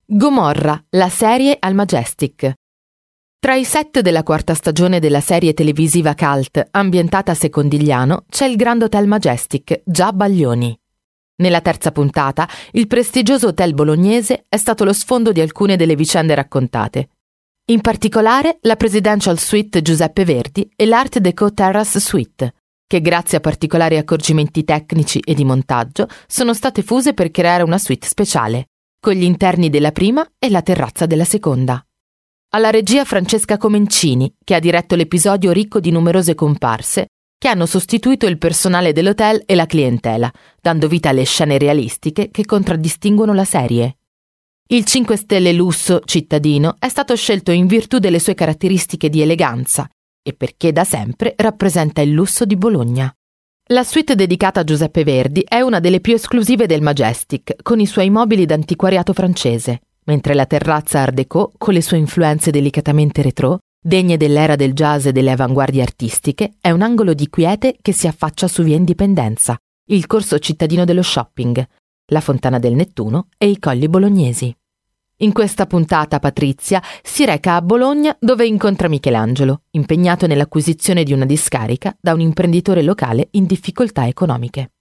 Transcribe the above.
Gomorra, la serie al Majestic. Tra i set della quarta stagione della serie televisiva cult ambientata a Secondigliano c'è il Grand Hotel Majestic, già Baglioni. Nella terza puntata, il prestigioso hotel bolognese è stato lo sfondo di alcune delle vicende raccontate. In particolare la Presidential Suite Giuseppe Verdi e l'Art Deco Terrace Suite, che grazie a particolari accorgimenti tecnici e di montaggio sono state fuse per creare una suite speciale, con gli interni della prima e la terrazza della seconda. Alla regia Francesca Comencini, che ha diretto l'episodio ricco di numerose comparse, che hanno sostituito il personale dell'hotel e la clientela, dando vita alle scene realistiche che contraddistinguono la serie. Il 5 stelle lusso cittadino è stato scelto in virtù delle sue caratteristiche di eleganza e perché da sempre rappresenta il lusso di Bologna. La suite dedicata a Giuseppe Verdi è una delle più esclusive del Majestic, con i suoi mobili d'antiquariato francese, mentre la terrazza Art Deco, con le sue influenze delicatamente rétro, degne dell'era del jazz e delle avanguardie artistiche, è un angolo di quiete che si affaccia su via Indipendenza, il corso cittadino dello shopping, la Fontana del Nettuno e i Colli Bolognesi. In questa puntata Patrizia si reca a Bologna dove incontra Michelangelo, impegnato nell'acquisizione di una discarica da un imprenditore locale in difficoltà economiche.